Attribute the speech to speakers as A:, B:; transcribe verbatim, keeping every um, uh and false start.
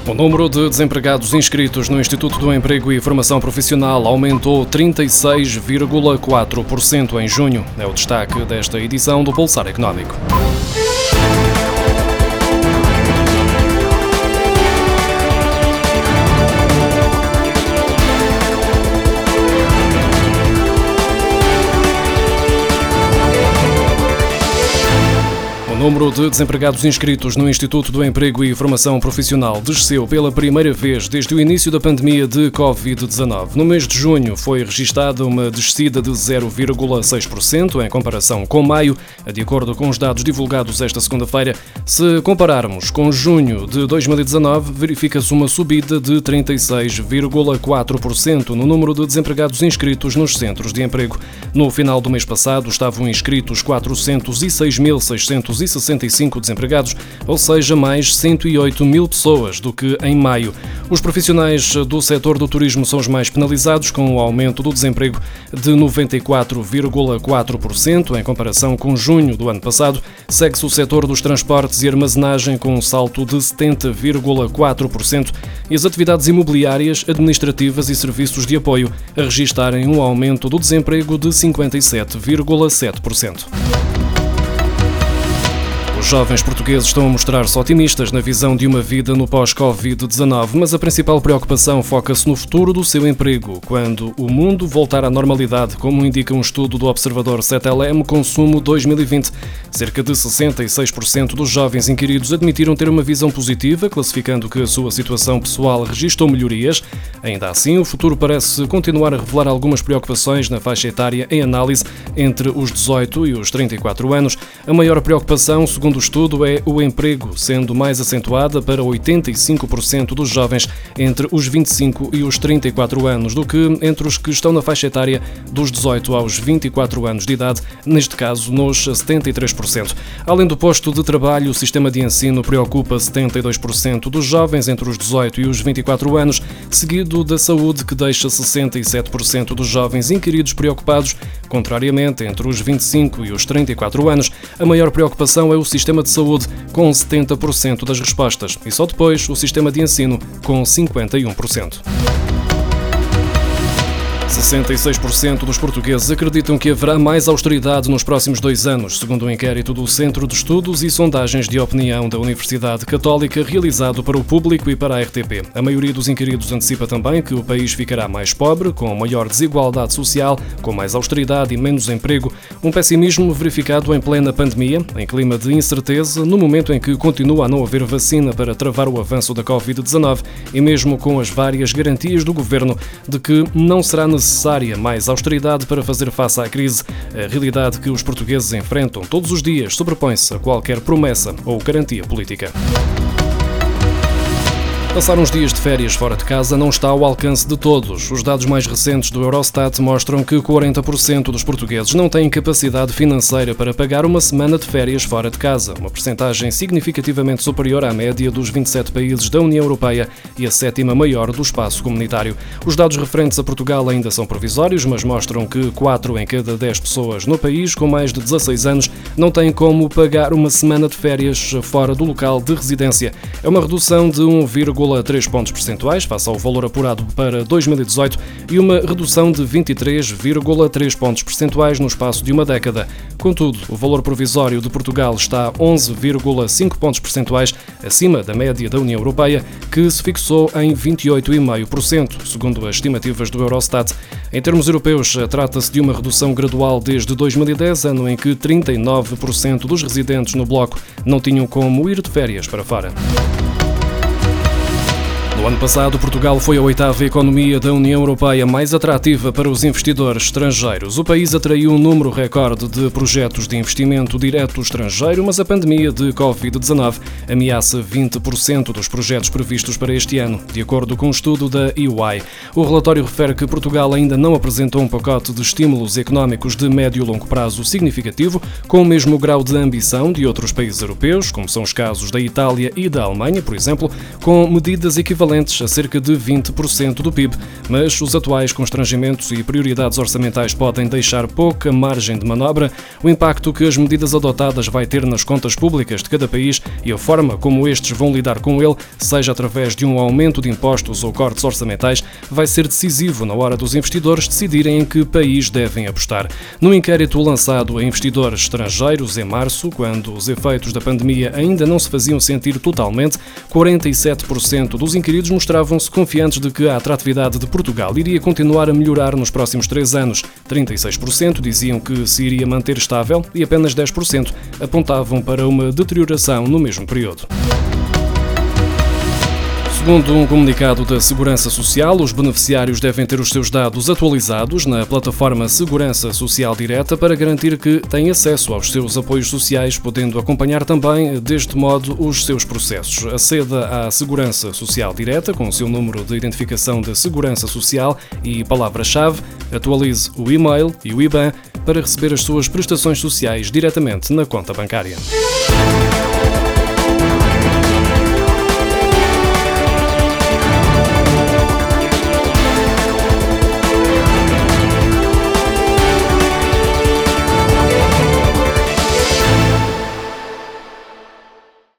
A: O número de desempregados inscritos no Instituto do Emprego e Formação Profissional aumentou trinta e seis vírgula quatro por cento em junho. É o destaque desta edição do Pulsar Económico. O número de desempregados inscritos no Instituto do Emprego e Formação Profissional desceu pela primeira vez desde o início da pandemia de covid dezanove. No mês de junho foi registada uma descida de zero vírgula seis por cento em comparação com maio, de acordo com os dados divulgados esta segunda-feira. Se compararmos com junho de dois mil e dezanove, verifica-se uma subida de trinta e seis vírgula quatro por cento no número de desempregados inscritos nos centros de emprego. No final do mês passado estavam inscritos quatrocentos e seis mil seiscentos e sessenta e cinco desempregados, ou seja, mais cento e oito mil pessoas do que em maio. Os profissionais do setor do turismo são os mais penalizados, com o aumento do desemprego de noventa e quatro vírgula quatro por cento em comparação com junho do ano passado. Segue-se o setor dos transportes e armazenagem com um salto de setenta vírgula quatro por cento e as atividades imobiliárias, administrativas e serviços de apoio a registarem um aumento do desemprego de cinquenta e sete vírgula sete por cento. Os jovens portugueses estão a mostrar-se otimistas na visão de uma vida no pós-covid dezanove, mas a principal preocupação foca-se no futuro do seu emprego, quando o mundo voltar à normalidade, como indica um estudo do Observador C T L M Consumo dois mil e vinte. Cerca de sessenta e seis por cento dos jovens inquiridos admitiram ter uma visão positiva, classificando que a sua situação pessoal registrou melhorias. Ainda assim, o futuro parece continuar a revelar algumas preocupações na faixa etária em análise entre os dezoito e os trinta e quatro anos. A maior preocupação, segundo o estudo, é o emprego, sendo mais acentuada para oitenta e cinco por cento dos jovens entre os vinte e cinco e os trinta e quatro anos, do que entre os que estão na faixa etária dos dezoito aos vinte e quatro anos de idade, neste caso nos setenta e três por cento. Além do posto de trabalho, o sistema de ensino preocupa setenta e dois por cento dos jovens entre os dezoito e os vinte e quatro anos, seguido da saúde, que deixa sessenta e sete por cento dos jovens inquiridos preocupados. Contrariamente, entre os vinte e cinco e os trinta e quatro anos, a maior preocupação é o sistema de saúde, com setenta por cento das respostas, e só depois o sistema de ensino, com cinquenta e um por cento. sessenta e seis por cento dos portugueses acreditam que haverá mais austeridade nos próximos dois anos, segundo um inquérito do Centro de Estudos e Sondagens de Opinião da Universidade Católica, realizado para o público e para a R T P. A maioria dos inquiridos antecipa também que o país ficará mais pobre, com maior desigualdade social, com mais austeridade e menos emprego, um pessimismo verificado em plena pandemia, em clima de incerteza, no momento em que continua a não haver vacina para travar o avanço da covid dezanove e mesmo com as várias garantias do governo de que não será necessário necessária mais austeridade para fazer face à crise. A realidade que os portugueses enfrentam todos os dias sobrepõe-se a qualquer promessa ou garantia política. Passar uns dias de férias fora de casa não está ao alcance de todos. Os dados mais recentes do Eurostat mostram que quarenta por cento dos portugueses não têm capacidade financeira para pagar uma semana de férias fora de casa, uma percentagem significativamente superior à média dos vinte e sete países da União Europeia e a sétima maior do espaço comunitário. Os dados referentes a Portugal ainda são provisórios, mas mostram que quatro em cada dez pessoas no país com mais de dezasseis anos não têm como pagar uma semana de férias fora do local de residência. É uma redução de um vírgula três pontos percentuais face ao valor apurado para dois mil e dezoito e uma redução de vinte e três vírgula três pontos percentuais no espaço de uma década. Contudo, o valor provisório de Portugal está onze vírgula cinco pontos percentuais acima da média da União Europeia, que se fixou em vinte e oito vírgula cinco por cento, segundo as estimativas do Eurostat. Em termos europeus, trata-se de uma redução gradual desde dois mil e dez, ano em que trinta e nove por cento dos residentes no bloco não tinham como ir de férias para fora. No ano passado, Portugal foi a oitava economia da União Europeia mais atrativa para os investidores estrangeiros. O país atraiu um número recorde de projetos de investimento direto estrangeiro, mas a pandemia de covid dezanove ameaça vinte por cento dos projetos previstos para este ano, de acordo com um estudo da E Y. O relatório refere que Portugal ainda não apresentou um pacote de estímulos económicos de médio e longo prazo significativo, com o mesmo grau de ambição de outros países europeus, como são os casos da Itália e da Alemanha, por exemplo, com medidas equivalentes equivalentes a cerca de vinte por cento do P I B, mas os atuais constrangimentos e prioridades orçamentais podem deixar pouca margem de manobra. O impacto que as medidas adotadas vai ter nas contas públicas de cada país e a forma como estes vão lidar com ele, seja através de um aumento de impostos ou cortes orçamentais, vai ser decisivo na hora dos investidores decidirem em que país devem apostar. No inquérito lançado a investidores estrangeiros em março, quando os efeitos da pandemia ainda não se faziam sentir totalmente, quarenta e sete por cento dos inquiridos mostravam-se confiantes de que a atratividade de Portugal iria continuar a melhorar nos próximos três anos. trinta e seis por cento diziam que se iria manter estável e apenas dez por cento apontavam para uma deterioração no mesmo período. Segundo um comunicado da Segurança Social, os beneficiários devem ter os seus dados atualizados na plataforma Segurança Social Direta para garantir que têm acesso aos seus apoios sociais, podendo acompanhar também, deste modo, os seus processos. Aceda à Segurança Social Direta com o seu número de identificação da Segurança Social e palavra-chave, atualize o e-mail e o I B A N para receber as suas prestações sociais diretamente na conta bancária.